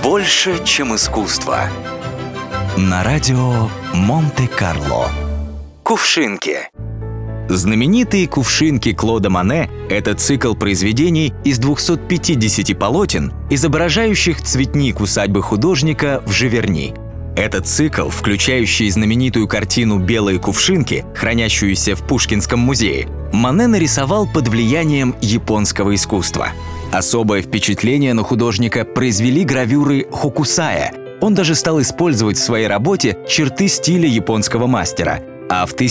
Больше, чем искусство. На радио Монте-Карло. Кувшинки. Знаменитые «Кувшинки» Клода Моне – это цикл произведений из 250 полотен, изображающих цветник усадьбы художника в Живерни. Этот цикл, включающий знаменитую картину «Белые кувшинки», хранящуюся в Пушкинском музее, Моне нарисовал под влиянием японского искусства. Особое впечатление на художника произвели гравюры Хокусая. Он даже стал использовать в своей работе черты стиля японского мастера. А в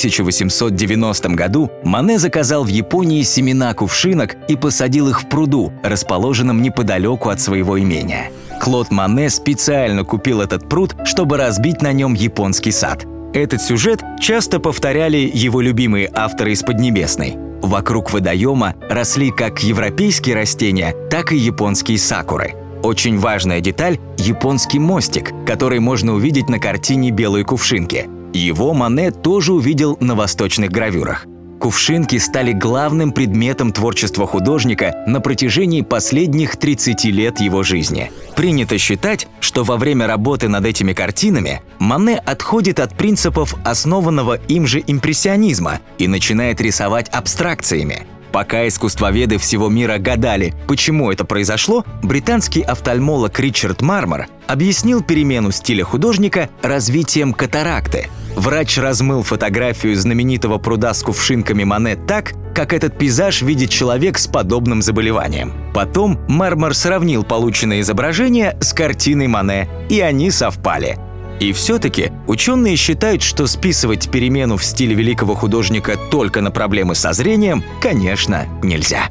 1890 году Моне заказал в Японии семена кувшинок и посадил их в пруду, расположенном неподалеку от своего имения. Клод Моне специально купил этот пруд, чтобы разбить на нем японский сад. Этот сюжет часто повторяли его любимые авторы из Поднебесной. Вокруг водоема росли как европейские растения, так и японские сакуры. Очень важная деталь – японский мостик, который можно увидеть на картине «Белые кувшинки». Его Моне тоже увидел на восточных гравюрах. Кувшинки стали главным предметом творчества художника на протяжении последних 30 лет его жизни. Принято считать, что во время работы над этими картинами Моне отходит от принципов основанного им же импрессионизма и начинает рисовать абстракциями. Пока искусствоведы всего мира гадали, почему это произошло, британский офтальмолог Ричард Мармор объяснил перемену стиля художника развитием катаракты. Врач размыл фотографию знаменитого пруда с кувшинками Моне так, как этот пейзаж видит человек с подобным заболеванием. Потом Мармор сравнил полученное изображение с картиной Моне, и они совпали. И все-таки ученые считают, что списывать перемену в стиле великого художника только на проблемы со зрением, конечно, нельзя.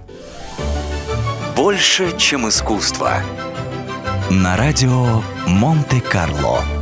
Больше, чем искусство. На радио Монте-Карло.